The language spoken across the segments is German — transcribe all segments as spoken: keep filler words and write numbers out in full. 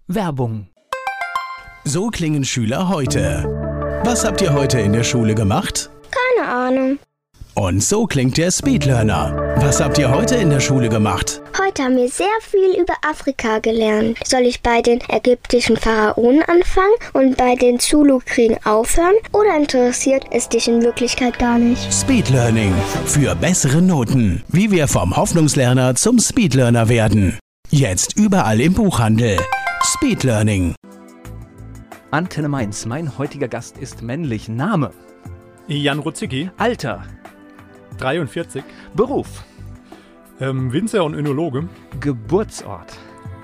Werbung. So klingen Schüler heute. Was habt ihr heute in der Schule gemacht? Keine Ahnung. Und so klingt der Speedlearner. Was habt ihr heute in der Schule gemacht? Heute haben wir sehr viel über Afrika gelernt. Soll ich bei den ägyptischen Pharaonen anfangen und bei den Zulu-Kriegen aufhören? Oder interessiert es dich in Wirklichkeit gar nicht? Speedlearning. Für bessere Noten. Wie wir vom Hoffnungslerner zum Speedlearner werden. Jetzt überall im Buchhandel. Speedlearning. Antenne Mainz. Mein heutiger Gast ist männlich. Name? Jan Rutzicki. Alter? dreiundvierzig. Beruf? Ähm, Winzer und Önologe. Geburtsort?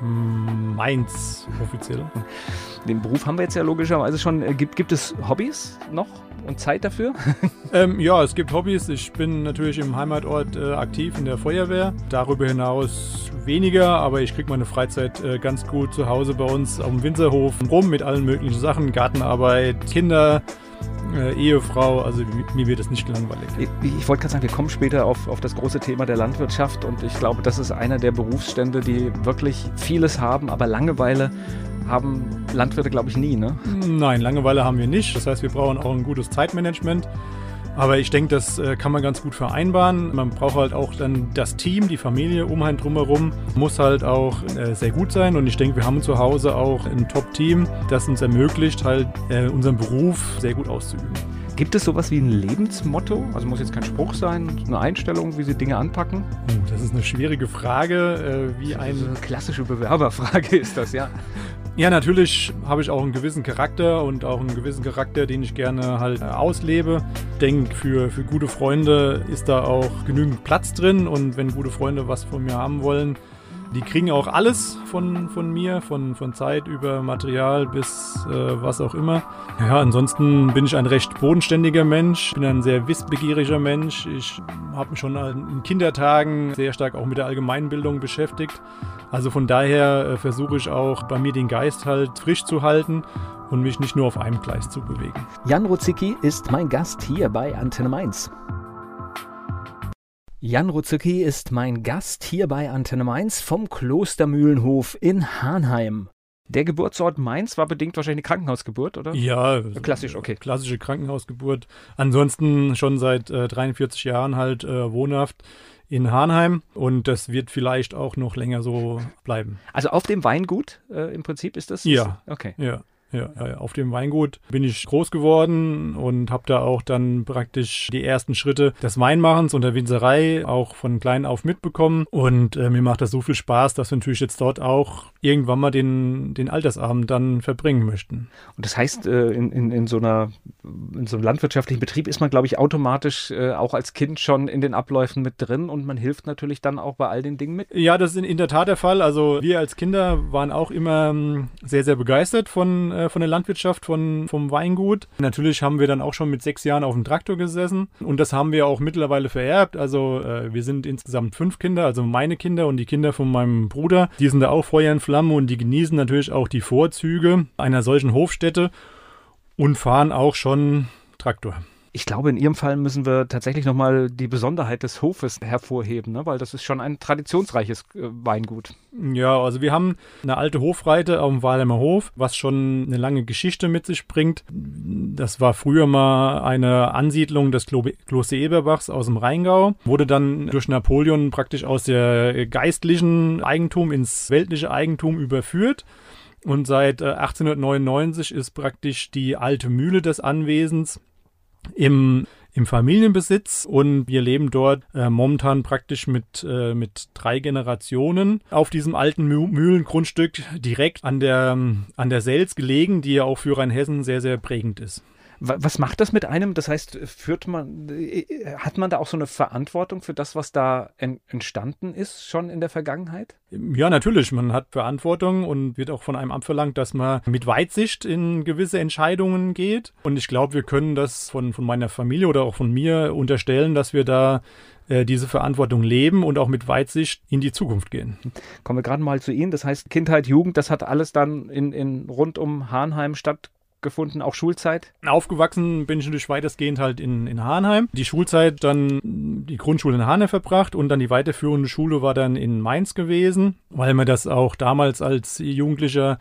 Mainz offiziell. Den Beruf haben wir jetzt ja logischerweise schon. Äh, Gibt, gibt es Hobbys noch und Zeit dafür? ähm, ja, es gibt Hobbys. Ich bin natürlich im Heimatort äh, aktiv in der Feuerwehr. Darüber hinaus weniger, aber ich kriege meine Freizeit äh, ganz gut zu Hause bei uns auf dem Winzerhof rum mit allen möglichen Sachen. Gartenarbeit, Kinder, äh, Ehefrau. Also mir wird es nicht langweilig. Ich, ich wollte gerade sagen, wir kommen später auf, auf das große Thema der Landwirtschaft und ich glaube, das ist einer der Berufsstände, die wirklich vieles haben, aber Langeweile haben Landwirte, glaube ich, nie, ne? Nein, Langeweile haben wir nicht. Das heißt, wir brauchen auch ein gutes Zeitmanagement. Aber ich denke, das äh, kann man ganz gut vereinbaren. Man braucht halt auch dann das Team, die Familie um einen drumherum. Muss halt auch äh, sehr gut sein. Und ich denke, wir haben zu Hause auch ein Top-Team, das uns ermöglicht, halt äh, unseren Beruf sehr gut auszuüben. Gibt es sowas wie ein Lebensmotto? Also muss jetzt kein Spruch sein, eine Einstellung, wie Sie Dinge anpacken? Oh, das ist eine schwierige Frage. Äh, wie ein eine klassische Bewerberfrage ist das, ja. Ja, natürlich habe ich auch einen gewissen Charakter und auch einen gewissen Charakter, den ich gerne halt auslebe. Ich denke, für, für gute Freunde ist da auch genügend Platz drin und wenn gute Freunde was von mir haben wollen, die kriegen auch alles von, von mir, von, von Zeit über Material bis äh, was auch immer. Ja, ansonsten bin ich ein recht bodenständiger Mensch, bin ein sehr wissbegieriger Mensch. Ich habe mich schon in Kindertagen sehr stark auch mit der Allgemeinbildung beschäftigt. Also von daher äh, versuche ich auch bei mir den Geist halt frisch zu halten und mich nicht nur auf einem Gleis zu bewegen. Jan Rutzicki ist mein Gast hier bei Antenne Mainz. Jan Rutzicki ist mein Gast hier bei Antenne Mainz vom Klostermühlenhof in Hahnheim. Der Geburtsort Mainz war bedingt wahrscheinlich eine Krankenhausgeburt, oder? Ja. Klassisch, okay. Klassische Krankenhausgeburt. Ansonsten schon seit äh, dreiundvierzig Jahren halt äh, wohnhaft in Hahnheim und das wird vielleicht auch noch länger so bleiben. Also auf dem Weingut äh, im Prinzip ist das? Ja. Okay. Ja. Ja, ja, auf dem Weingut bin ich groß geworden und habe da auch dann praktisch die ersten Schritte des Weinmachens und der Winzerei auch von klein auf mitbekommen. Und äh, mir macht das so viel Spaß, dass wir natürlich jetzt dort auch irgendwann mal den, den Altersabend dann verbringen möchten. Und das heißt, äh, in, in, in, so einer, in so einem landwirtschaftlichen Betrieb ist man, glaube ich, automatisch äh, auch als Kind schon in den Abläufen mit drin und man hilft natürlich dann auch bei all den Dingen mit. Ja, das ist in, in der Tat der Fall. Also wir als Kinder waren auch immer ähm, sehr, sehr begeistert von äh, von der Landwirtschaft, von, vom Weingut. Natürlich haben wir dann auch schon mit sechs Jahren auf dem Traktor gesessen und das haben wir auch mittlerweile vererbt. Also äh, wir sind insgesamt fünf Kinder, also meine Kinder und die Kinder von meinem Bruder. Die sind da auch Feuer und Flamme und die genießen natürlich auch die Vorzüge einer solchen Hofstätte und fahren auch schon Traktor. Ich glaube, in Ihrem Fall müssen wir tatsächlich nochmal die Besonderheit des Hofes hervorheben, ne? Weil das ist schon ein traditionsreiches äh, Weingut. Ja, also wir haben eine alte Hofreite auf dem Wahlheimer Hof, was schon eine lange Geschichte mit sich bringt. Das war früher mal eine Ansiedlung des Klo- Kloster Eberbachs aus dem Rheingau, wurde dann durch Napoleon praktisch aus der geistlichen Eigentum ins weltliche Eigentum überführt. Und seit äh, achtzehnhundertneunundneunzig ist praktisch die alte Mühle des Anwesens Im, im Familienbesitz und wir leben dort äh, momentan praktisch mit, äh, mit drei Generationen auf diesem alten Mü- Mühlengrundstück direkt an der, an der Selz gelegen, die ja auch für Rheinhessen sehr, sehr prägend ist. Was macht das mit einem? Das heißt, führt man, hat man da auch so eine Verantwortung für das, was da en, entstanden ist, schon in der Vergangenheit? Ja, natürlich. Man hat Verantwortung und wird auch von einem abverlangt, dass man mit Weitsicht in gewisse Entscheidungen geht. Und ich glaube, wir können das von, von meiner Familie oder auch von mir unterstellen, dass wir da äh, diese Verantwortung leben und auch mit Weitsicht in die Zukunft gehen. Kommen wir gerade mal zu Ihnen. Das heißt, Kindheit, Jugend, das hat alles dann in, in rund um Hahnheim stattgefunden. Gefunden, auch Schulzeit? Aufgewachsen bin ich natürlich weitestgehend halt in, in Hahnheim. Die Schulzeit dann die Grundschule in Hahnheim verbracht und dann die weiterführende Schule war dann in Mainz gewesen, weil man das auch damals als Jugendlicher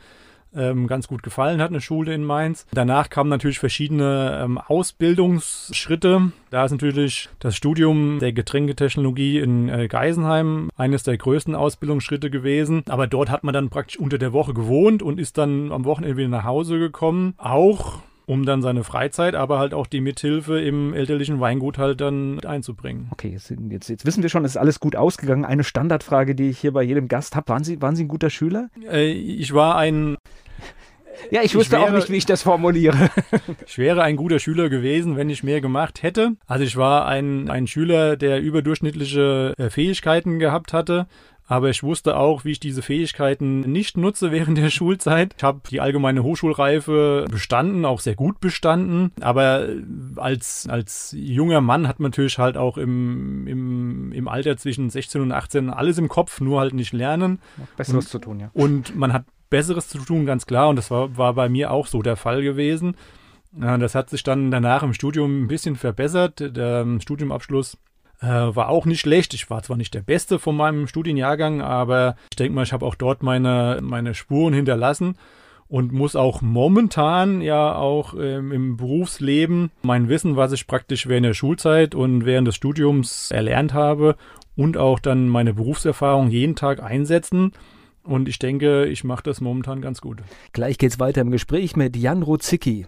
ähm, ganz gut gefallen hat, eine Schule in Mainz. Danach kamen natürlich verschiedene ähm, Ausbildungsschritte. Da ist natürlich das Studium der Getränketechnologie in äh, Geisenheim eines der größten Ausbildungsschritte gewesen. Aber dort hat man dann praktisch unter der Woche gewohnt und ist dann am Wochenende wieder nach Hause gekommen. Auch um dann seine Freizeit, aber halt auch die Mithilfe im elterlichen Weingut halt dann einzubringen. Okay, jetzt, jetzt, jetzt wissen wir schon, es ist alles gut ausgegangen. Eine Standardfrage, die ich hier bei jedem Gast habe. Waren Sie, waren Sie ein guter Schüler? Äh, ich war ein... Ja, ich wusste ich wäre, auch nicht, wie ich das formuliere. Ich wäre ein guter Schüler gewesen, wenn ich mehr gemacht hätte. Also ich war ein, ein Schüler, der überdurchschnittliche äh, Fähigkeiten gehabt hatte. Aber ich wusste auch, wie ich diese Fähigkeiten nicht nutze während der Schulzeit. Ich habe die allgemeine Hochschulreife bestanden, auch sehr gut bestanden. Aber als, als junger Mann hat man natürlich halt auch im, im, im Alter zwischen sechzehn und achtzehn alles im Kopf, nur halt nicht lernen. Besseres und, zu tun, ja. Und man hat Besseres zu tun, ganz klar. Und das war, war bei mir auch so der Fall gewesen. Das hat sich dann danach im Studium ein bisschen verbessert. Der Studiumabschluss Äh, war auch nicht schlecht. Ich war zwar nicht der Beste von meinem Studienjahrgang, aber ich denke mal, ich habe auch dort meine, meine Spuren hinterlassen und muss auch momentan ja auch ähm, im Berufsleben mein Wissen, was ich praktisch während der Schulzeit und während des Studiums erlernt habe und auch dann meine Berufserfahrung jeden Tag einsetzen. Und ich denke, ich mache das momentan ganz gut. Gleich geht's weiter im Gespräch mit Jan Rudzicki.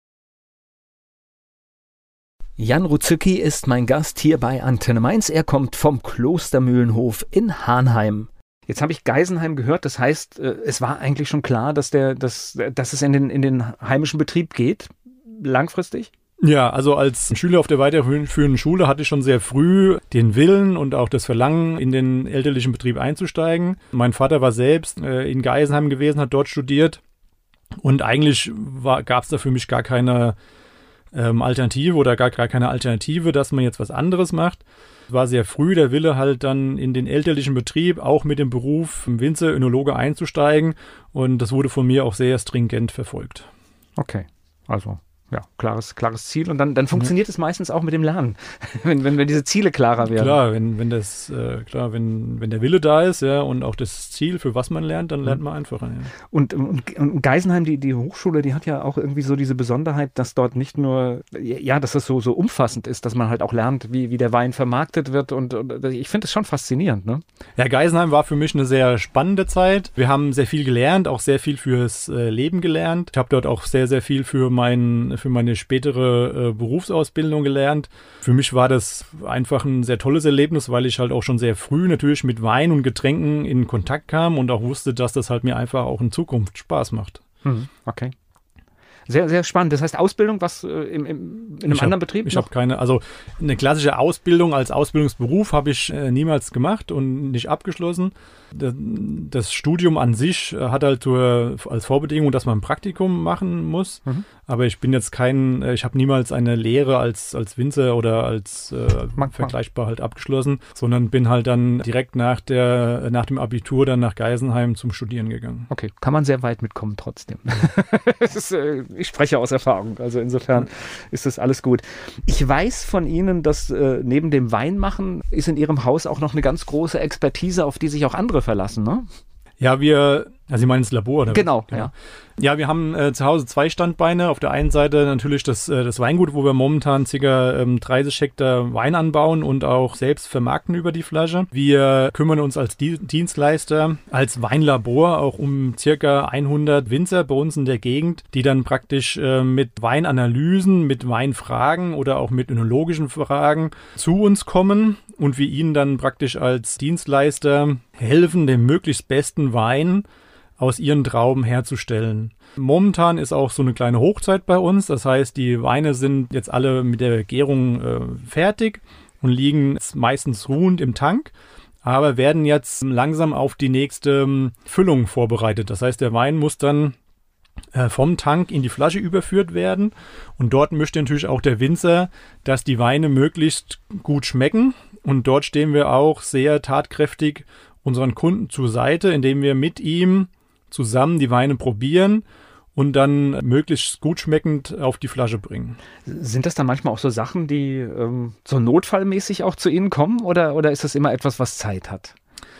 Jan Rudzicki ist mein Gast hier bei Antenne Mainz. Er kommt vom Klostermühlenhof in Hahnheim. Jetzt habe ich Geisenheim gehört, das heißt, es war eigentlich schon klar, dass, der, dass, dass es in den, in den heimischen Betrieb geht, langfristig? Ja, also als Schüler auf der weiterführenden Schule hatte ich schon sehr früh den Willen und auch das Verlangen, in den elterlichen Betrieb einzusteigen. Mein Vater war selbst äh, in Geisenheim gewesen, hat dort studiert und eigentlich gab es da für mich gar keine ähm, Alternative oder gar, gar keine Alternative, dass man jetzt was anderes macht. Es war sehr früh der Wille halt dann in den elterlichen Betrieb, auch mit dem Beruf Winzer, Önologe einzusteigen und das wurde von mir auch sehr stringent verfolgt. Okay, also... Ja, klares, klares Ziel und dann, dann funktioniert es meistens auch mit dem Lernen, wenn, wenn, wenn diese Ziele klarer werden. Klar, wenn, wenn das, äh, klar, wenn, wenn der Wille da ist, ja, und auch das Ziel, für was man lernt, dann lernt man einfacher. Ja. Und, und, und Geisenheim, die, die Hochschule, die hat ja auch irgendwie so diese Besonderheit, dass dort nicht nur, ja, dass das so, so umfassend ist, dass man halt auch lernt, wie, wie der Wein vermarktet wird und, und ich finde das schon faszinierend, ne? Ja, Geisenheim war für mich eine sehr spannende Zeit. Wir haben sehr viel gelernt, auch sehr viel fürs äh, Leben gelernt. Ich habe dort auch sehr, sehr viel für meinen für meine spätere äh, Berufsausbildung gelernt. Für mich war das einfach ein sehr tolles Erlebnis, weil ich halt auch schon sehr früh natürlich mit Wein und Getränken in Kontakt kam und auch wusste, dass das halt mir einfach auch in Zukunft Spaß macht. Mhm, okay. Sehr, sehr spannend. Das heißt Ausbildung, was äh, im, im, in einem ich anderen hab, Betrieb? Ich habe keine, also eine klassische Ausbildung als Ausbildungsberuf habe ich äh, niemals gemacht und nicht abgeschlossen. Das, das Studium an sich äh, hat halt zur, als Vorbedingung, dass man ein Praktikum machen muss. Mhm. Aber ich bin jetzt kein, äh, ich habe niemals eine Lehre als, als Winzer oder als äh, vergleichbar halt abgeschlossen, sondern bin halt dann direkt nach der, nach dem Abitur dann nach Geisenheim zum Studieren gegangen. Okay, kann man sehr weit mitkommen trotzdem. Das ist, äh, ich spreche aus Erfahrung, also insofern ist das alles gut. Ich weiß von Ihnen, dass äh, neben dem Weinmachen ist in Ihrem Haus auch noch eine ganz große Expertise, auf die sich auch andere verlassen, ne? Ja, wir, also Sie meinen das Labor, oder? Genau, genau. Ja. Ja, wir haben äh, zu Hause zwei Standbeine. Auf der einen Seite natürlich das, äh, das Weingut, wo wir momentan ca. Ähm, dreißig Hektar Wein anbauen und auch selbst vermarkten über die Flasche. Wir kümmern uns als Di- Dienstleister, als Weinlabor auch um ca. hundert Winzer bei uns in der Gegend, die dann praktisch äh, mit Weinanalysen, mit Weinfragen oder auch mit önologischen Fragen zu uns kommen und wir ihnen dann praktisch als Dienstleister helfen, den möglichst besten Wein aus ihren Trauben herzustellen. Momentan ist auch so eine kleine Hochzeit bei uns. Das heißt, die Weine sind jetzt alle mit der Gärung äh, fertig und liegen meistens ruhend im Tank, aber werden jetzt langsam auf die nächste ähm, Füllung vorbereitet. Das heißt, der Wein muss dann äh, vom Tank in die Flasche überführt werden und dort möchte natürlich auch der Winzer, dass die Weine möglichst gut schmecken und dort stehen wir auch sehr tatkräftig unseren Kunden zur Seite, indem wir mit ihm zusammen die Weine probieren und dann möglichst gut schmeckend auf die Flasche bringen. Sind das dann manchmal auch so Sachen, die ähm, so notfallmäßig auch zu Ihnen kommen oder, oder ist das immer etwas, was Zeit hat?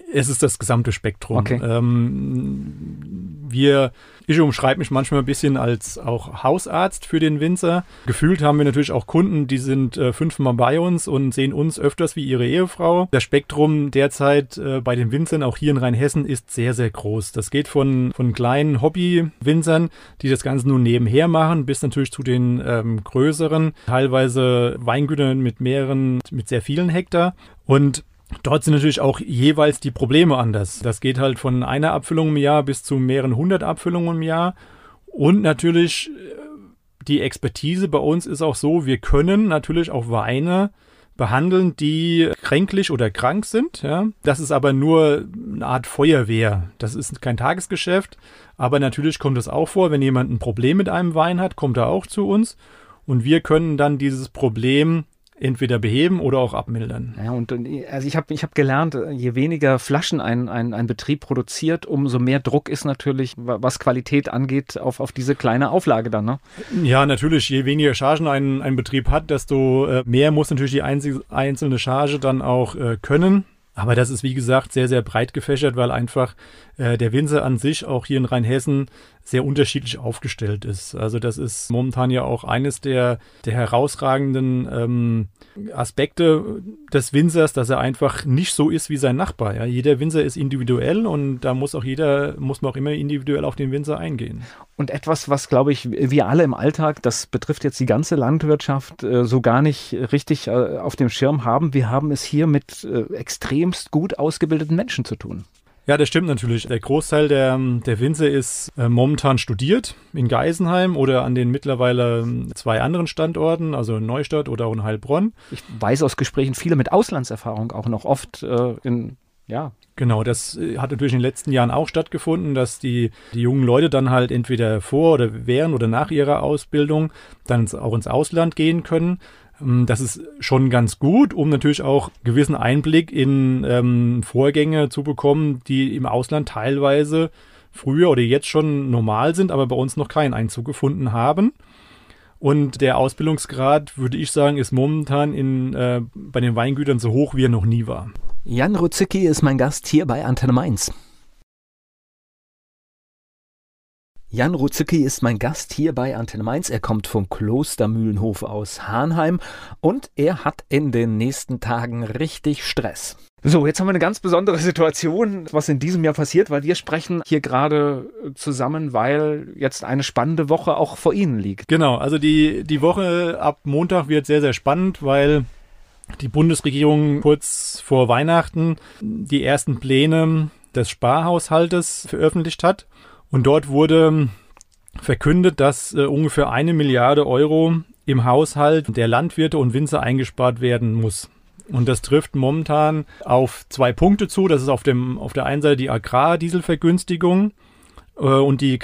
Es ist das gesamte Spektrum. Okay. Ähm, wir, ich umschreibe mich manchmal ein bisschen als auch Hausarzt für den Winzer. Gefühlt haben wir natürlich auch Kunden, die sind äh, fünfmal bei uns und sehen uns öfters wie ihre Ehefrau. Das Spektrum derzeit äh, bei den Winzern, auch hier in Rheinhessen, ist sehr, sehr groß. Das geht von, von kleinen Hobby-Winzern, die das Ganze nur nebenher machen, bis natürlich zu den ähm, größeren, teilweise Weingütern mit mehreren, mit sehr vielen Hektar. Und dort sind natürlich auch jeweils die Probleme anders. Das geht halt von einer Abfüllung im Jahr bis zu mehreren hundert Abfüllungen im Jahr. Und natürlich die Expertise bei uns ist auch so, wir können natürlich auch Weine behandeln, die kränklich oder krank sind. Ja. Das ist aber nur eine Art Feuerwehr. Das ist kein Tagesgeschäft. Aber natürlich kommt es auch vor, wenn jemand ein Problem mit einem Wein hat, kommt er auch zu uns. Und wir können dann dieses Problem entweder beheben oder auch abmildern. Ja, und also ich habe ich hab gelernt, je weniger Flaschen ein, ein, ein Betrieb produziert, umso mehr Druck ist natürlich, was Qualität angeht, auf, auf diese kleine Auflage dann, ne? Ja, natürlich. Je weniger Chargen ein, ein Betrieb hat, desto äh, mehr muss natürlich die einzige, einzelne Charge dann auch äh, können. Aber das ist, wie gesagt, sehr, sehr breit gefächert, weil einfach äh, der Winzer an sich auch hier in Rheinhessen sehr unterschiedlich aufgestellt ist. Also das ist momentan ja auch eines der, der herausragenden ähm, Aspekte des Winzers, dass er einfach nicht so ist wie sein Nachbar. Ja? Jeder Winzer ist individuell und da muss auch jeder, muss man auch immer individuell auf den Winzer eingehen. Und etwas, was, glaube ich, wir alle im Alltag, das betrifft jetzt die ganze Landwirtschaft, äh, so gar nicht richtig äh, auf dem Schirm haben. Wir haben es hier mit äh, extremst gut ausgebildeten Menschen zu tun. Ja, das stimmt natürlich. Der Großteil der, der Winzer ist äh, momentan studiert in Geisenheim oder an den mittlerweile zwei anderen Standorten, also in Neustadt oder auch in Heilbronn. Ich weiß aus Gesprächen viele mit Auslandserfahrung auch noch oft äh, in, ja. Genau, das hat natürlich in den letzten Jahren auch stattgefunden, dass die, die jungen Leute dann halt entweder vor oder während oder nach ihrer Ausbildung dann auch ins Ausland gehen können. Das ist schon ganz gut, um natürlich auch gewissen Einblick in ähm, Vorgänge zu bekommen, die im Ausland teilweise früher oder jetzt schon normal sind, aber bei uns noch keinen Einzug gefunden haben. Und der Ausbildungsgrad, würde ich sagen, ist momentan in, äh, bei den Weingütern so hoch, wie er noch nie war. Jan Ruzycki ist mein Gast hier bei Antenne Mainz. Jan Ruzycki ist mein Gast hier bei Antenne Mainz. Er kommt vom Klostermühlenhof aus Hahnheim und er hat in den nächsten Tagen richtig Stress. So, jetzt haben wir eine ganz besondere Situation, was in diesem Jahr passiert, weil wir sprechen hier gerade zusammen, weil jetzt eine spannende Woche auch vor Ihnen liegt. Genau, also die, die Woche ab Montag wird sehr, sehr spannend, weil die Bundesregierung kurz vor Weihnachten die ersten Pläne des Sparhaushaltes veröffentlicht hat. Und dort wurde verkündet, dass äh, ungefähr eine Milliarde Euro im Haushalt der Landwirte und Winzer eingespart werden muss. Und das trifft momentan auf zwei Punkte zu. Das ist auf dem auf der einen Seite die Agrardieselvergünstigung äh, und die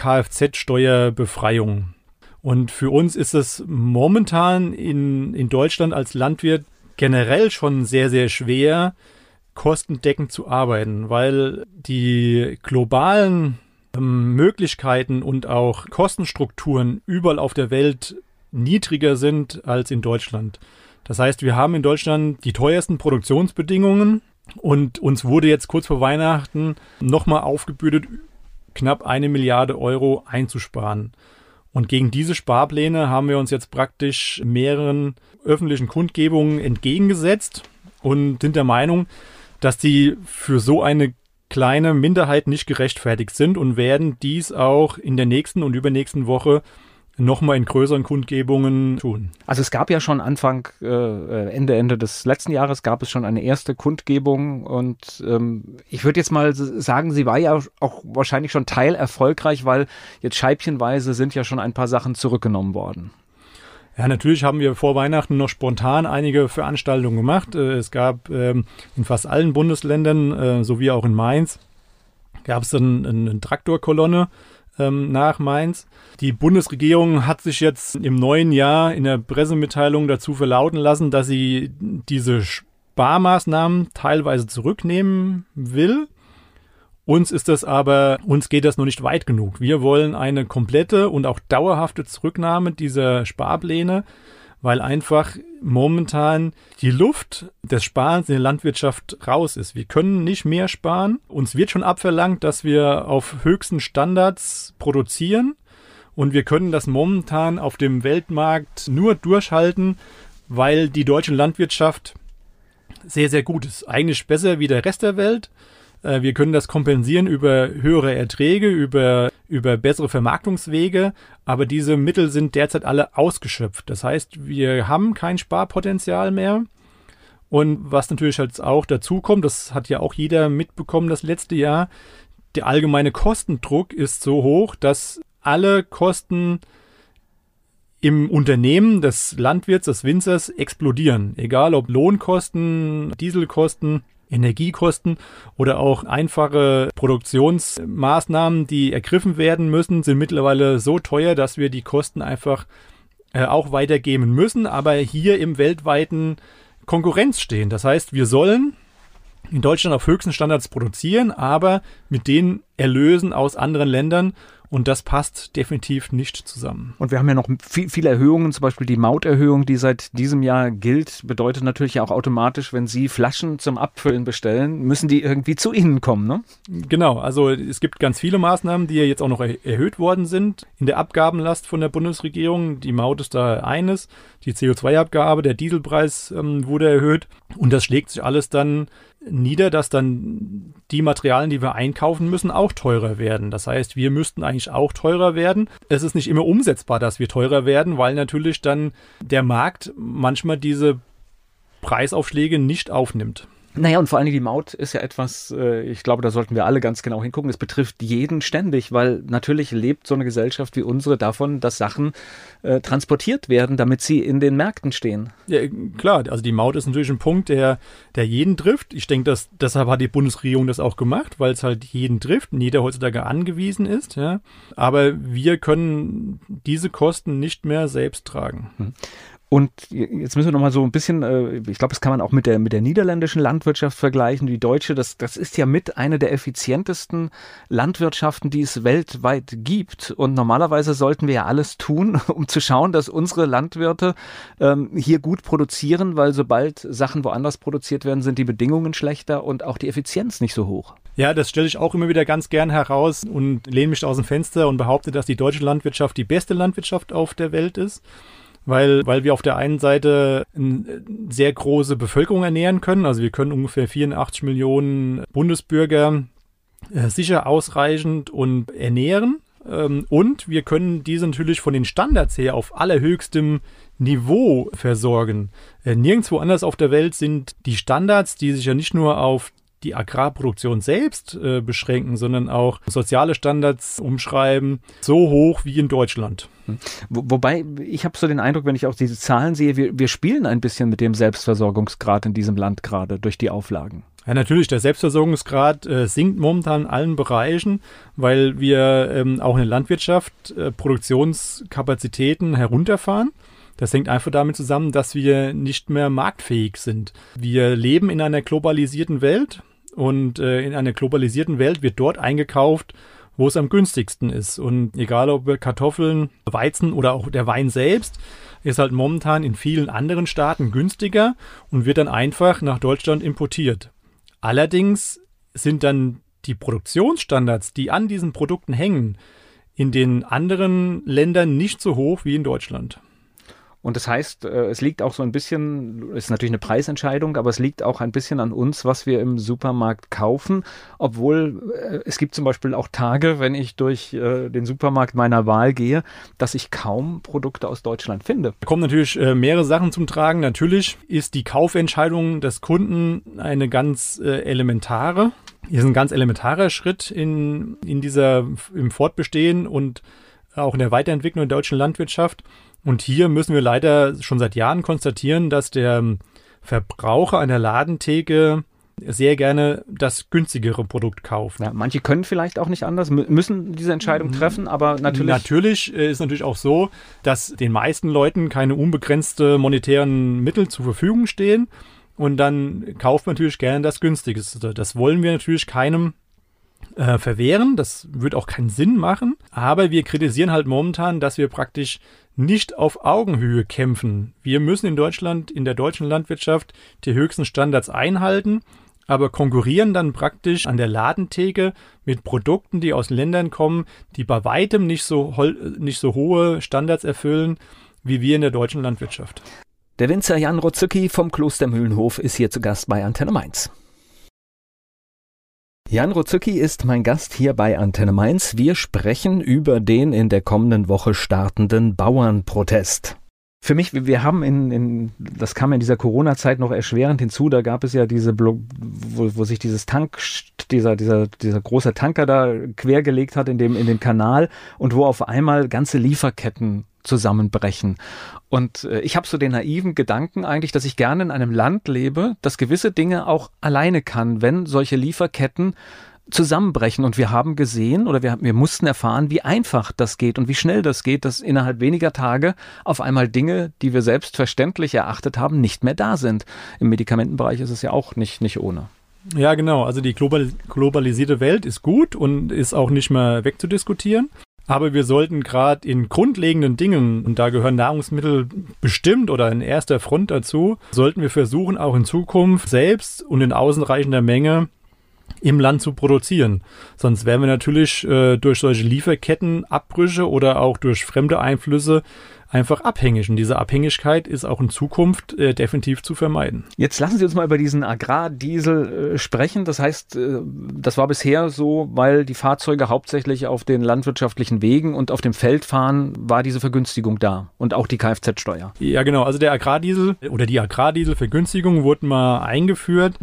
Kfz-Steuerbefreiung. Und für uns ist es momentan in, in Deutschland als Landwirt generell schon sehr, sehr schwer, kostendeckend zu arbeiten, weil die globalen Möglichkeiten und auch Kostenstrukturen überall auf der Welt niedriger sind als in Deutschland. Das heißt, wir haben in Deutschland die teuersten Produktionsbedingungen und uns wurde jetzt kurz vor Weihnachten nochmal aufgebürdet, knapp eine Milliarde Euro einzusparen. Und gegen diese Sparpläne haben wir uns jetzt praktisch mehreren öffentlichen Kundgebungen entgegengesetzt und sind der Meinung, dass die für so eine kleine Minderheit nicht gerechtfertigt sind und werden dies auch in der nächsten und übernächsten Woche nochmal in größeren Kundgebungen tun. Also es gab ja schon Anfang, äh, Ende, Ende des letzten Jahres gab es schon eine erste Kundgebung und ähm, ich würde jetzt mal sagen, sie war ja auch wahrscheinlich schon teilerfolgreich, weil jetzt scheibchenweise sind ja schon ein paar Sachen zurückgenommen worden. Ja, natürlich haben wir vor Weihnachten noch spontan einige Veranstaltungen gemacht. Es gab ähm, in fast allen Bundesländern, äh, sowie auch in Mainz, gab es dann eine, eine Traktorkolonne ähm, nach Mainz. Die Bundesregierung hat sich jetzt im neuen Jahr in der Pressemitteilung dazu verlauten lassen, dass sie diese Sparmaßnahmen teilweise zurücknehmen will. Uns ist das aber, uns geht das noch nicht weit genug. Wir wollen eine komplette und auch dauerhafte Zurücknahme dieser Sparpläne, weil einfach momentan die Luft des Sparens in der Landwirtschaft raus ist. Wir können nicht mehr sparen. Uns wird schon abverlangt, dass wir auf höchsten Standards produzieren und wir können das momentan auf dem Weltmarkt nur durchhalten, weil die deutsche Landwirtschaft sehr, sehr gut ist. Eigentlich besser wie der Rest der Welt. Wir können das kompensieren über höhere Erträge, über, über bessere Vermarktungswege, aber diese Mittel sind derzeit alle ausgeschöpft. Das heißt, wir haben kein Sparpotenzial mehr. Und was natürlich halt auch dazu kommt, das hat ja auch jeder mitbekommen das letzte Jahr, der allgemeine Kostendruck ist so hoch, dass alle Kosten im Unternehmen des Landwirts, des Winzers explodieren. Egal ob Lohnkosten, Dieselkosten, Energiekosten oder auch einfache Produktionsmaßnahmen, die ergriffen werden müssen, sind mittlerweile so teuer, dass wir die Kosten einfach äh, auch weitergeben müssen, aber hier im weltweiten Konkurrenz stehen. Das heißt, wir sollen in Deutschland auf höchsten Standards produzieren, aber mit den Erlösen aus anderen Ländern. Und das passt definitiv nicht zusammen. Und wir haben ja noch viel, viele Erhöhungen, zum Beispiel die Mauterhöhung, die seit diesem Jahr gilt, bedeutet natürlich auch automatisch, wenn Sie Flaschen zum Abfüllen bestellen, müssen die irgendwie zu Ihnen kommen, ne? Genau, also es gibt ganz viele Maßnahmen, die ja jetzt auch noch er- erhöht worden sind in der Abgabenlast von der Bundesregierung. Die Maut ist da eines, die C O zwei Abgabe, der Dieselpreis ähm, wurde erhöht und das schlägt sich alles dann nieder, dass dann die Materialien, die wir einkaufen müssen, auch teurer werden. Das heißt, wir müssten eigentlich auch teurer werden. Es ist nicht immer umsetzbar, dass wir teurer werden, weil natürlich dann der Markt manchmal diese Preisaufschläge nicht aufnimmt. Naja, und vor allen Dingen die Maut ist ja etwas, äh, ich glaube, da sollten wir alle ganz genau hingucken. Es betrifft jeden ständig, weil natürlich lebt so eine Gesellschaft wie unsere davon, dass Sachen äh, transportiert werden, damit sie in den Märkten stehen. Ja, klar, also die Maut ist natürlich ein Punkt, der, der jeden trifft. Ich denke, dass deshalb hat die Bundesregierung das auch gemacht, weil es halt jeden trifft und jeder heutzutage angewiesen ist. Ja. Aber wir können diese Kosten nicht mehr selbst tragen. Hm. Und jetzt müssen wir noch mal so ein bisschen, ich glaube, das kann man auch mit der, mit der niederländischen Landwirtschaft vergleichen. Die deutsche, das, das ist ja mit eine der effizientesten Landwirtschaften, die es weltweit gibt. Und normalerweise sollten wir ja alles tun, um zu schauen, dass unsere Landwirte ähm, hier gut produzieren, weil sobald Sachen woanders produziert werden, sind die Bedingungen schlechter und auch die Effizienz nicht so hoch. Ja, das stelle ich auch immer wieder ganz gern heraus und lehne mich aus dem Fenster und behaupte, dass die deutsche Landwirtschaft die beste Landwirtschaft auf der Welt ist. Weil, weil wir auf der einen Seite eine sehr große Bevölkerung ernähren können. Also wir können ungefähr vierundachtzig Millionen Bundesbürger äh, sicher, ausreichend und ernähren. Ähm, und wir können diese natürlich von den Standards her auf allerhöchstem Niveau versorgen. Äh, nirgendwo anders auf der Welt sind die Standards, die sich ja nicht nur auf die Agrarproduktion selbst äh, beschränken, sondern auch soziale Standards umschreiben, so hoch wie in Deutschland. Wo, wobei, ich habe so den Eindruck, wenn ich auch diese Zahlen sehe, wir, wir spielen ein bisschen mit dem Selbstversorgungsgrad in diesem Land gerade durch die Auflagen. Ja, natürlich, der Selbstversorgungsgrad äh, sinkt momentan in allen Bereichen, weil wir ähm, auch in der Landwirtschaft äh, Produktionskapazitäten herunterfahren. Das hängt einfach damit zusammen, dass wir nicht mehr marktfähig sind. Wir leben in einer globalisierten Welt und äh, in einer globalisierten Welt wird dort eingekauft, wo es am günstigsten ist. Und egal ob Kartoffeln, Weizen oder auch der Wein selbst, ist halt momentan in vielen anderen Staaten günstiger und wird dann einfach nach Deutschland importiert. Allerdings sind dann die Produktionsstandards, die an diesen Produkten hängen, in den anderen Ländern nicht so hoch wie in Deutschland. Und das heißt, es liegt auch so ein bisschen, ist natürlich eine Preisentscheidung, aber es liegt auch ein bisschen an uns, was wir im Supermarkt kaufen. Obwohl es gibt zum Beispiel auch Tage, wenn ich durch den Supermarkt meiner Wahl gehe, dass ich kaum Produkte aus Deutschland finde. Da kommen natürlich mehrere Sachen zum Tragen. Natürlich ist die Kaufentscheidung des Kunden eine ganz elementare. Ist ein ganz elementarer Schritt in, in dieser, im Fortbestehen und auch in der Weiterentwicklung der deutschen Landwirtschaft. Und hier müssen wir leider schon seit Jahren konstatieren, dass der Verbraucher an der Ladentheke sehr gerne das günstigere Produkt kauft. Ja, manche können vielleicht auch nicht anders, müssen diese Entscheidung treffen, aber natürlich... Natürlich ist natürlich auch so, dass den meisten Leuten keine unbegrenzte monetären Mittel zur Verfügung stehen und dann kauft man natürlich gerne das Günstigste. Das wollen wir natürlich keinem äh, verwehren. Das wird auch keinen Sinn machen. Aber wir kritisieren halt momentan, dass wir praktisch nicht auf Augenhöhe kämpfen. Wir müssen in Deutschland, in der deutschen Landwirtschaft die höchsten Standards einhalten, aber konkurrieren dann praktisch an der Ladentheke mit Produkten, die aus Ländern kommen, die bei weitem nicht so, nicht so hohe Standards erfüllen, wie wir in der deutschen Landwirtschaft. Der Winzer Jan Ruzicki vom Klostermühlenhof ist hier zu Gast bei Antenne Mainz. Jan Ruzicki ist mein Gast hier bei Antenne Mainz. Wir sprechen über den in der kommenden Woche startenden Bauernprotest. Für mich, wir haben in, in das kam in dieser Corona-Zeit noch erschwerend hinzu, da gab es ja diese, Blo- wo, wo sich dieses Tank, dieser, dieser, dieser große Tanker da quergelegt hat in dem, in dem Kanal und wo auf einmal ganze Lieferketten zusammenbrechen. Und äh, ich habe so den naiven Gedanken eigentlich, dass ich gerne in einem Land lebe, das gewisse Dinge auch alleine kann, wenn solche Lieferketten zusammenbrechen. Und wir haben gesehen oder wir, wir mussten erfahren, wie einfach das geht und wie schnell das geht, dass innerhalb weniger Tage auf einmal Dinge, die wir selbstverständlich erachtet haben, nicht mehr da sind. Im Medikamentenbereich ist es ja auch nicht, nicht ohne. Ja, genau. Also die global, globalisierte Welt ist gut und ist auch nicht mehr wegzudiskutieren. Aber wir sollten gerade in grundlegenden Dingen, und da gehören Nahrungsmittel bestimmt oder in erster Front dazu, sollten wir versuchen, auch in Zukunft selbst und in ausreichender Menge im Land zu produzieren. Sonst werden wir natürlich äh, durch solche Lieferkettenabbrüche oder auch durch fremde Einflüsse einfach abhängig. Und diese Abhängigkeit ist auch in Zukunft äh, definitiv zu vermeiden. Jetzt lassen Sie uns mal über diesen Agrardiesel äh, sprechen. Das heißt, äh, das war bisher so, weil die Fahrzeuge hauptsächlich auf den landwirtschaftlichen Wegen und auf dem Feld fahren, war diese Vergünstigung da und auch die Kfz-Steuer. Ja, genau. Also der Agrardiesel oder die Agrardieselvergünstigung wurden mal eingeführt,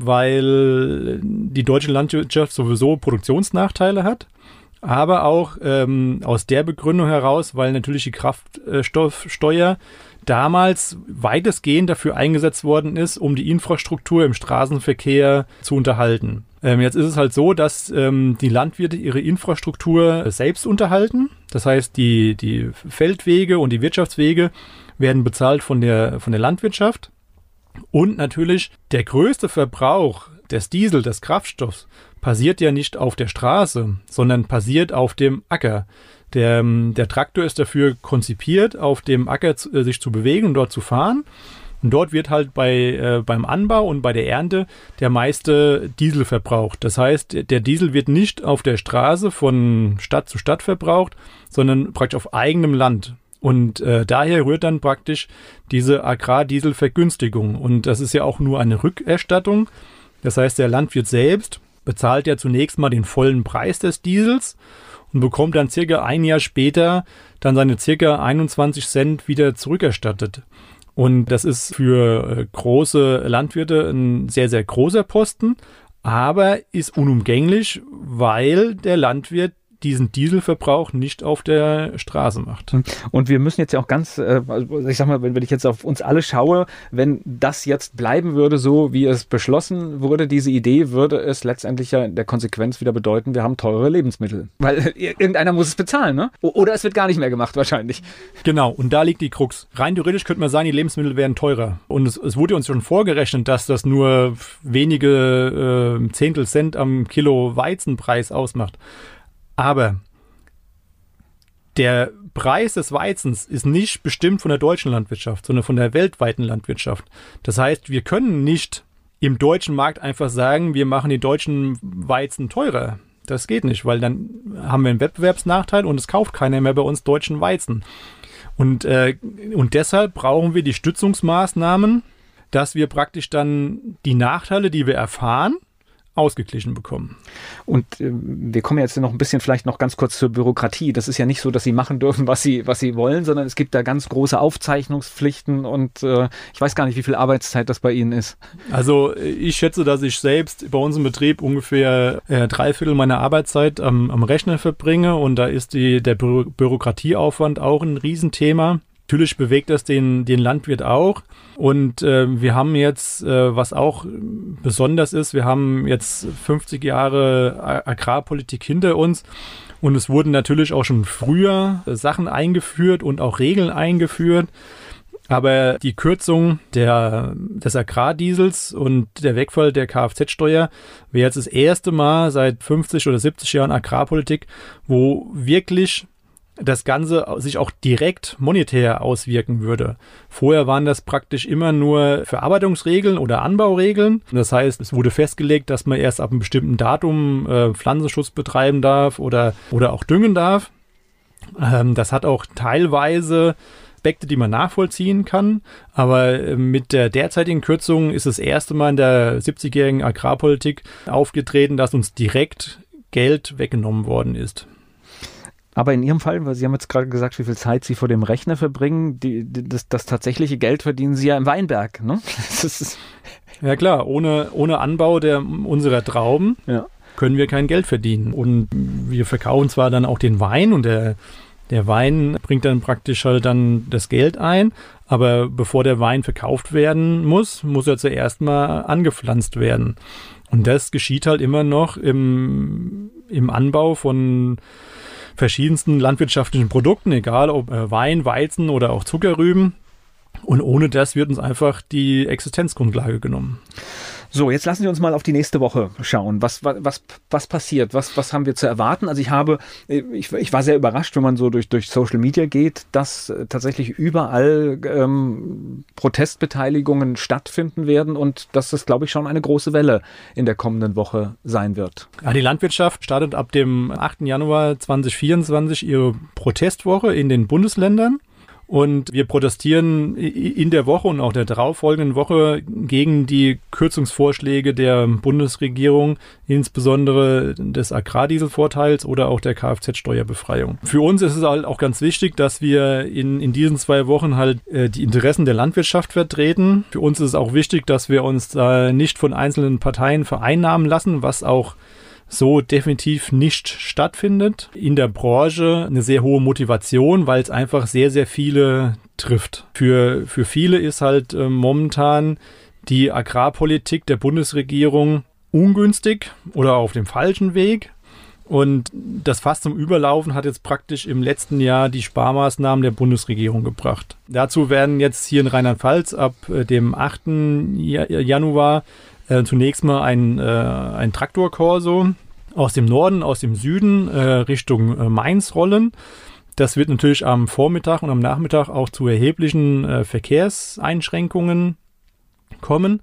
weil die deutsche Landwirtschaft sowieso Produktionsnachteile hat. Aber auch ähm, aus der Begründung heraus, weil natürlich die Kraftstoffsteuer damals weitestgehend dafür eingesetzt worden ist, um die Infrastruktur im Straßenverkehr zu unterhalten. Ähm, jetzt ist es halt so, dass ähm, die Landwirte ihre Infrastruktur selbst unterhalten. Das heißt, die, die Feldwege und die Wirtschaftswege werden bezahlt von der, von der Landwirtschaft. Und natürlich der größte Verbrauch des Diesel, des Kraftstoffs, passiert ja nicht auf der Straße, sondern passiert auf dem Acker. Der, der Traktor ist dafür konzipiert, auf dem Acker zu, äh, sich zu bewegen und dort zu fahren. Und dort wird halt bei, äh, beim Anbau und bei der Ernte der meiste Diesel verbraucht. Das heißt, der Diesel wird nicht auf der Straße von Stadt zu Stadt verbraucht, sondern praktisch auf eigenem Land. Und äh, daher rührt dann praktisch diese Agrardieselvergünstigung. Und das ist ja auch nur eine Rückerstattung. Das heißt, der Landwirt selbst bezahlt ja zunächst mal den vollen Preis des Diesels und bekommt dann circa ein Jahr später dann seine circa einundzwanzig Cent wieder zurückerstattet. Und das ist für große Landwirte ein sehr, sehr großer Posten, aber ist unumgänglich, weil der Landwirt diesen Dieselverbrauch nicht auf der Straße macht. Und wir müssen jetzt ja auch ganz, äh, ich sag mal, wenn ich jetzt auf uns alle schaue, wenn das jetzt bleiben würde, so wie es beschlossen wurde, diese Idee, würde es letztendlich ja in der Konsequenz wieder bedeuten, wir haben teure Lebensmittel. Weil irgendeiner muss es bezahlen, ne? Oder es wird gar nicht mehr gemacht wahrscheinlich. Genau, und da liegt die Krux. Rein theoretisch könnte man sagen, die Lebensmittel werden teurer. Und es, es wurde uns schon vorgerechnet, dass das nur wenige äh, Zehntel Cent am Kilo Weizenpreis ausmacht. Aber der Preis des Weizens ist nicht bestimmt von der deutschen Landwirtschaft, sondern von der weltweiten Landwirtschaft. Das heißt, wir können nicht im deutschen Markt einfach sagen, wir machen die deutschen Weizen teurer. Das geht nicht, weil dann haben wir einen Wettbewerbsnachteil und es kauft keiner mehr bei uns deutschen Weizen. Und, äh, und deshalb brauchen wir die Stützungsmaßnahmen, dass wir praktisch dann die Nachteile, die wir erfahren, ausgeglichen bekommen. Und äh, wir kommen jetzt noch ein bisschen vielleicht noch ganz kurz zur Bürokratie. Das ist ja nicht so, dass sie machen dürfen, was sie, was sie wollen, sondern es gibt da ganz große Aufzeichnungspflichten und äh, ich weiß gar nicht, wie viel Arbeitszeit das bei Ihnen ist. Also ich schätze, dass ich selbst bei uns im Betrieb ungefähr äh, drei Viertel meiner Arbeitszeit am, am Rechner verbringe und da ist die, der Bü- Bürokratieaufwand auch ein Riesenthema. Natürlich bewegt das den, den Landwirt auch. Und äh, wir haben jetzt, äh, was auch besonders ist, wir haben jetzt fünfzig Jahre Agrarpolitik hinter uns. Und es wurden natürlich auch schon früher Sachen eingeführt und auch Regeln eingeführt. Aber die Kürzung der, des Agrardiesels und der Wegfall der Kfz-Steuer wäre jetzt das erste Mal seit fünfzig oder siebzig Jahren Agrarpolitik, wo wirklich das Ganze sich auch direkt monetär auswirken würde. Vorher waren das praktisch immer nur Verarbeitungsregeln oder Anbauregeln. Das heißt, es wurde festgelegt, dass man erst ab einem bestimmten Datum äh, Pflanzenschutz betreiben darf oder, oder auch düngen darf. Ähm, das hat auch teilweise Aspekte, die man nachvollziehen kann, aber mit der derzeitigen Kürzung ist das erste Mal in der siebzigjährigen Agrarpolitik aufgetreten, dass uns direkt Geld weggenommen worden ist. Aber in Ihrem Fall, weil Sie haben jetzt gerade gesagt, wie viel Zeit Sie vor dem Rechner verbringen, die, die, das, das tatsächliche Geld verdienen Sie ja im Weinberg, ne? Das ist ja klar, ohne, ohne Anbau der, unserer Trauben ja. können wir kein Geld verdienen. Und wir verkaufen zwar dann auch den Wein und der Der Wein bringt dann praktisch halt dann das Geld ein, aber bevor der Wein verkauft werden muss, muss er zuerst mal angepflanzt werden. Und das geschieht halt immer noch im, im Anbau von verschiedensten landwirtschaftlichen Produkten, egal ob Wein, Weizen oder auch Zuckerrüben. Und ohne das wird uns einfach die Existenzgrundlage genommen. So, jetzt lassen Sie uns mal auf die nächste Woche schauen. Was, was, was passiert? Was, was haben wir zu erwarten? Also ich habe, ich, ich war sehr überrascht, wenn man so durch, durch Social Media geht, dass tatsächlich überall ähm, Protestbeteiligungen stattfinden werden und dass das, glaube ich, schon eine große Welle in der kommenden Woche sein wird. Ja, die Landwirtschaft startet ab dem achten Januar zweitausendvierundzwanzig ihre Protestwoche in den Bundesländern. Und wir protestieren in der Woche und auch der darauffolgenden Woche gegen die Kürzungsvorschläge der Bundesregierung, insbesondere des Agrardieselvorteils oder auch der Kfz-Steuerbefreiung. Für uns ist es halt auch ganz wichtig, dass wir in, in diesen zwei Wochen halt äh, die Interessen der Landwirtschaft vertreten. Für uns ist es auch wichtig, dass wir uns da nicht von einzelnen Parteien vereinnahmen lassen, was auch so definitiv nicht stattfindet. In der Branche eine sehr hohe Motivation, weil es einfach sehr, sehr viele trifft. Für, für viele ist halt äh, momentan die Agrarpolitik der Bundesregierung ungünstig oder auf dem falschen Weg. Und das Fass zum Überlaufen hat jetzt praktisch im letzten Jahr die Sparmaßnahmen der Bundesregierung gebracht. Dazu werden jetzt hier in Rheinland-Pfalz ab äh, dem achten Januar Äh, zunächst mal ein, äh, ein Traktorkorso aus dem Norden, aus dem Süden äh, Richtung äh, Mainz rollen. Das wird natürlich am Vormittag und am Nachmittag auch zu erheblichen äh, Verkehrseinschränkungen kommen.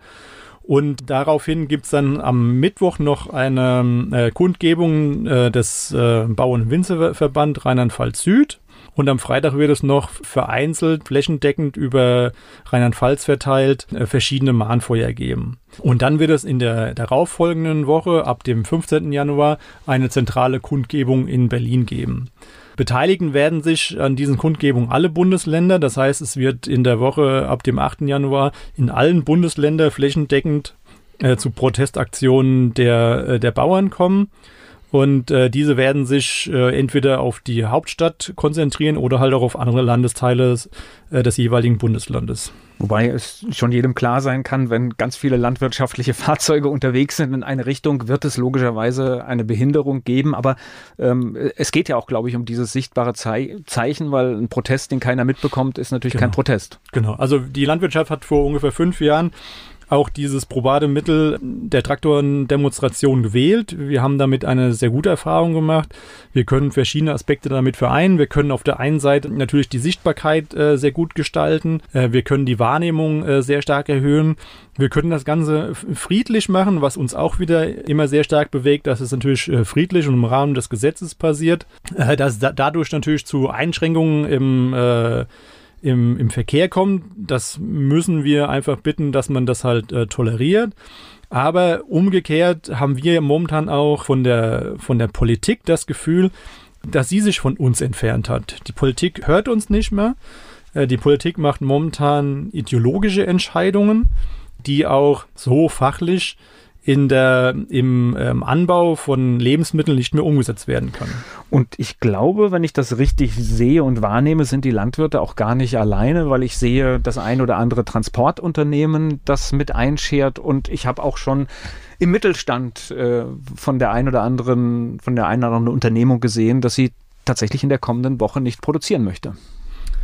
Und daraufhin gibt es dann am Mittwoch noch eine äh, Kundgebung äh, des äh, Bauern- und Winzerverband Rheinland-Pfalz Süd. Und am Freitag wird es noch vereinzelt, flächendeckend über Rheinland-Pfalz verteilt, äh, verschiedene Mahnfeuer geben. Und dann wird es in der darauffolgenden Woche, ab dem fünfzehnten Januar, eine zentrale Kundgebung in Berlin geben. Beteiligen werden sich an diesen Kundgebungen alle Bundesländer. Das heißt, es wird in der Woche ab dem achten Januar in allen Bundesländern flächendeckend äh, zu Protestaktionen der, äh, der Bauern kommen. Und äh, diese werden sich äh, entweder auf die Hauptstadt konzentrieren oder halt auch auf andere Landesteile äh, des jeweiligen Bundeslandes. Wobei es schon jedem klar sein kann, wenn ganz viele landwirtschaftliche Fahrzeuge unterwegs sind in eine Richtung, wird es logischerweise eine Behinderung geben. Aber ähm, es geht ja auch, glaube ich, um dieses sichtbare Zei- Zeichen, weil ein Protest, den keiner mitbekommt, ist natürlich genau. kein Protest. Genau, also die Landwirtschaft hat vor ungefähr fünf Jahren auch dieses probate Mittel der Traktorendemonstration gewählt. Wir haben damit eine sehr gute Erfahrung gemacht. Wir können verschiedene Aspekte damit vereinen. Wir können auf der einen Seite natürlich die Sichtbarkeit äh, sehr gut gestalten. Äh, wir können die Wahrnehmung äh, sehr stark erhöhen. Wir können das Ganze friedlich machen, was uns auch wieder immer sehr stark bewegt, dass es natürlich äh, friedlich und im Rahmen des Gesetzes passiert. Äh, dass da, dadurch natürlich zu Einschränkungen im äh, Im, im Verkehr kommt, das müssen wir einfach bitten, dass man das halt äh, toleriert. Aber umgekehrt haben wir momentan auch von der, von der Politik das Gefühl, dass sie sich von uns entfernt hat. Die Politik hört uns nicht mehr. Äh, die Politik macht momentan ideologische Entscheidungen, die auch so fachlich in der, im ähm, Anbau von Lebensmitteln nicht mehr umgesetzt werden kann. Und ich glaube, wenn ich das richtig sehe und wahrnehme, sind die Landwirte auch gar nicht alleine, weil ich sehe das ein oder andere Transportunternehmen, das mit einschert, und ich habe auch schon im Mittelstand äh, von der ein oder anderen, von der einen oder anderen Unternehmung gesehen, dass sie tatsächlich in der kommenden Woche nicht produzieren möchte.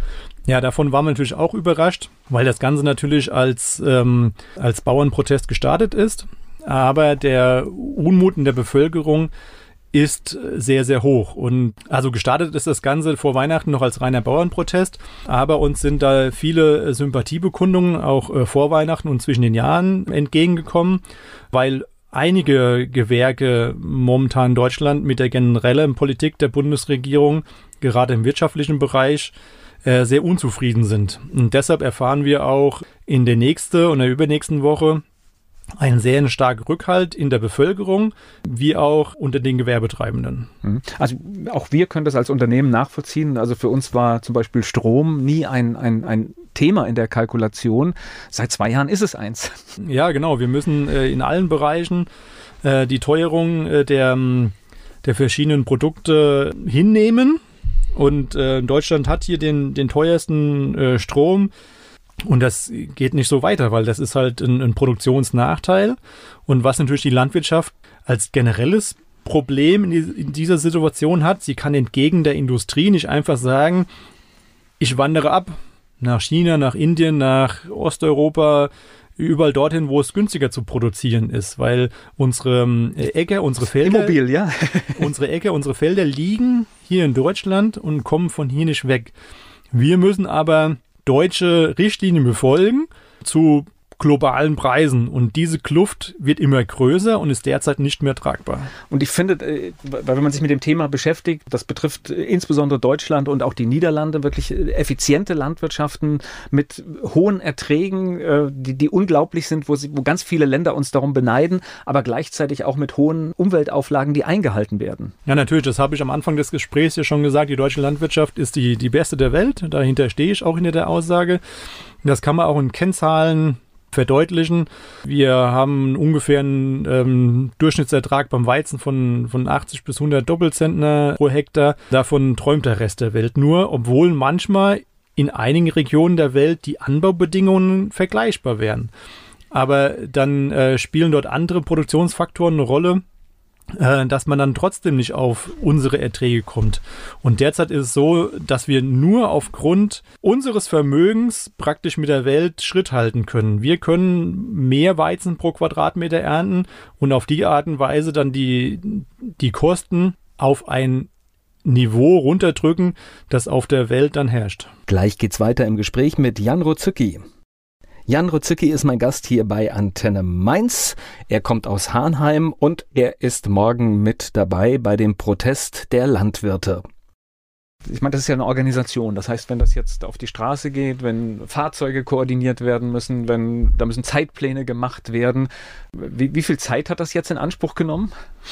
Ja, davon waren wir natürlich auch überrascht, weil das Ganze natürlich als, ähm, als Bauernprotest gestartet ist. Aber der Unmut in der Bevölkerung ist sehr, sehr hoch. Und also gestartet ist das Ganze vor Weihnachten noch als reiner Bauernprotest, aber uns sind da viele Sympathiebekundungen auch äh, vor Weihnachten und zwischen den Jahren entgegengekommen, weil einige Gewerke momentan in Deutschland mit der generellen Politik der Bundesregierung, gerade im wirtschaftlichen Bereich, äh, sehr unzufrieden sind. Und deshalb erfahren wir auch in der nächsten und der übernächsten Woche einen sehr starken Rückhalt in der Bevölkerung, wie auch unter den Gewerbetreibenden. Also auch wir können das als Unternehmen nachvollziehen. Also für uns war zum Beispiel Strom nie ein, ein, ein Thema in der Kalkulation. Seit zwei Jahren ist es eins. Ja, genau. Wir müssen äh, in allen Bereichen äh, die Teuerung äh, der, der verschiedenen Produkte hinnehmen. Und äh, Deutschland hat hier den, den teuersten äh, Strom. Und das geht nicht so weiter, weil das ist halt ein, ein Produktionsnachteil. Und was natürlich die Landwirtschaft als generelles Problem in, die, in dieser Situation hat, sie kann entgegen der Industrie nicht einfach sagen, ich wandere ab nach China, nach Indien, nach Osteuropa, überall dorthin, wo es günstiger zu produzieren ist, weil unsere äh, Äcker, unsere Felder, Immobil, ja. unsere Äcker, unsere Felder liegen hier in Deutschland und kommen von hier nicht weg. Wir müssen aber deutsche Richtlinien befolgen zu globalen Preisen. Und diese Kluft wird immer größer und ist derzeit nicht mehr tragbar. Und ich finde, weil wenn man sich mit dem Thema beschäftigt, das betrifft insbesondere Deutschland und auch die Niederlande, wirklich effiziente Landwirtschaften mit hohen Erträgen, die, die unglaublich sind, wo, sie, wo ganz viele Länder uns darum beneiden, aber gleichzeitig auch mit hohen Umweltauflagen, die eingehalten werden. Ja, natürlich, das habe ich am Anfang des Gesprächs ja schon gesagt, die deutsche Landwirtschaft ist die, die beste der Welt. Dahinter stehe ich auch hinter der Aussage. Das kann man auch in Kennzahlen verdeutlichen. Wir haben ungefähr einen ähm, Durchschnittsertrag beim Weizen von, von achtzig bis hundert Doppelzentner pro Hektar. Davon träumt der Rest der Welt nur, obwohl manchmal in einigen Regionen der Welt die Anbaubedingungen vergleichbar wären. Aber dann äh, spielen dort andere Produktionsfaktoren eine Rolle, äh, dass man dann trotzdem nicht auf unsere Erträge kommt. Und derzeit ist es so, dass wir nur aufgrund unseres Vermögens praktisch mit der Welt Schritt halten können. Wir können mehr Weizen pro Quadratmeter ernten und auf die Art und Weise dann die, die Kosten auf ein Niveau runterdrücken, das auf der Welt dann herrscht. Gleich geht's weiter im Gespräch mit Jan Ruzicki. Jan Ruzicki ist mein Gast hier bei Antenne Mainz. Er kommt aus Hahnheim und er ist morgen mit dabei bei dem Protest der Landwirte. Ich meine, das ist ja eine Organisation. Das heißt, wenn das jetzt auf die Straße geht, wenn Fahrzeuge koordiniert werden müssen, wenn da müssen Zeitpläne gemacht werden. Wie, wie viel Zeit hat das jetzt in Anspruch genommen?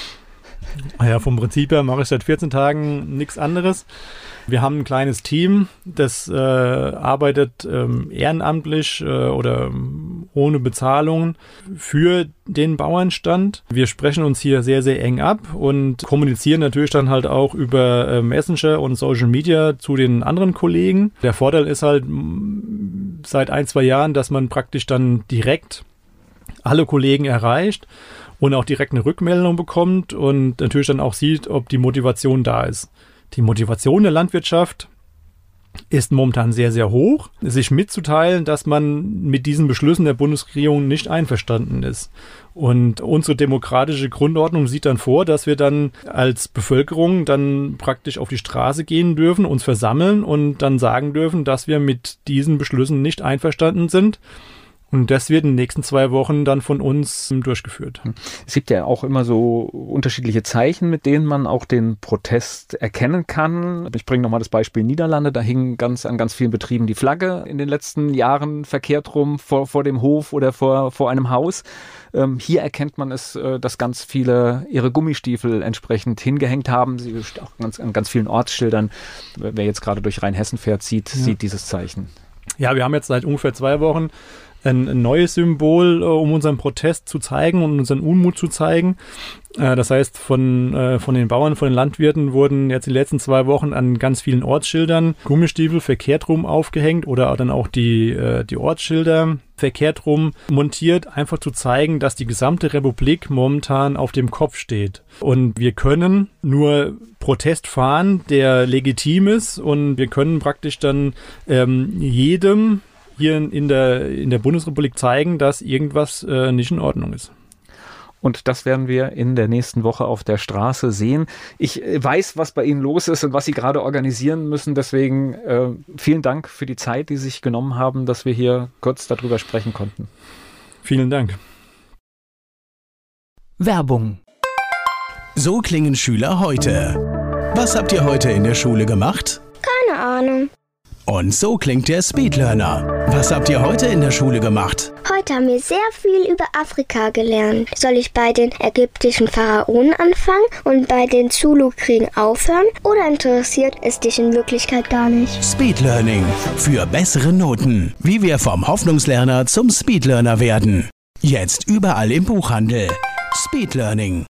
Ja, vom Prinzip her mache ich seit vierzehn Tagen nichts anderes. Wir haben ein kleines Team, das äh, arbeitet ähm, ehrenamtlich äh, oder ohne Bezahlung für den Bauernstand. Wir sprechen uns hier sehr, sehr eng ab und kommunizieren natürlich dann halt auch über äh, Messenger und Social Media zu den anderen Kollegen. Der Vorteil ist halt seit ein, zwei Jahren, dass man praktisch dann direkt alle Kollegen erreicht und auch direkt eine Rückmeldung bekommt und natürlich dann auch sieht, ob die Motivation da ist. Die Motivation der Landwirtschaft ist momentan sehr, sehr hoch, sich mitzuteilen, dass man mit diesen Beschlüssen der Bundesregierung nicht einverstanden ist. Und unsere demokratische Grundordnung sieht dann vor, dass wir dann als Bevölkerung dann praktisch auf die Straße gehen dürfen, uns versammeln und dann sagen dürfen, dass wir mit diesen Beschlüssen nicht einverstanden sind. Und das wird in den nächsten zwei Wochen dann von uns durchgeführt. Es gibt ja auch immer so unterschiedliche Zeichen, mit denen man auch den Protest erkennen kann. Ich bringe nochmal das Beispiel Niederlande. Da hing ganz an ganz vielen Betrieben die Flagge in den letzten Jahren verkehrt rum vor, vor dem Hof oder vor, vor einem Haus. Ähm, hier erkennt man es, äh, dass ganz viele ihre Gummistiefel entsprechend hingehängt haben. Sie auch ganz, an ganz vielen Ortsschildern. Wer jetzt gerade durch Rheinhessen fährt, sieht, ja. sieht dieses Zeichen. Ja, wir haben jetzt seit ungefähr zwei Wochen ein, ein neues Symbol, äh, um unseren Protest zu zeigen und unseren Unmut zu zeigen. Äh, das heißt, von, äh, von den Bauern, von den Landwirten wurden jetzt die letzten zwei Wochen an ganz vielen Ortsschildern Gummistiefel verkehrt rum aufgehängt oder dann auch die, äh, die Ortsschilder verkehrt rum montiert, einfach zu zeigen, dass die gesamte Republik momentan auf dem Kopf steht. Und wir können nur Protest fahren, der legitim ist, und wir können praktisch dann ähm, jedem hier in der, in der Bundesrepublik zeigen, dass irgendwas äh, nicht in Ordnung ist. Und das werden wir in der nächsten Woche auf der Straße sehen. Ich weiß, was bei Ihnen los ist und was Sie gerade organisieren müssen. Deswegen äh, vielen Dank für die Zeit, die Sie sich genommen haben, dass wir hier kurz darüber sprechen konnten. Vielen Dank. Werbung. So klingen Schüler heute. Was habt ihr heute in der Schule gemacht? Keine Ahnung. Und so klingt der Speedlearner. Was habt ihr heute in der Schule gemacht? Heute haben wir sehr viel über Afrika gelernt. Soll ich bei den ägyptischen Pharaonen anfangen und bei den Zulu-Kriegen aufhören? Oder interessiert es dich in Wirklichkeit gar nicht? Speedlearning. Für bessere Noten. Wie wir vom Hoffnungslerner zum Speedlearner werden. Jetzt überall im Buchhandel. Speedlearning.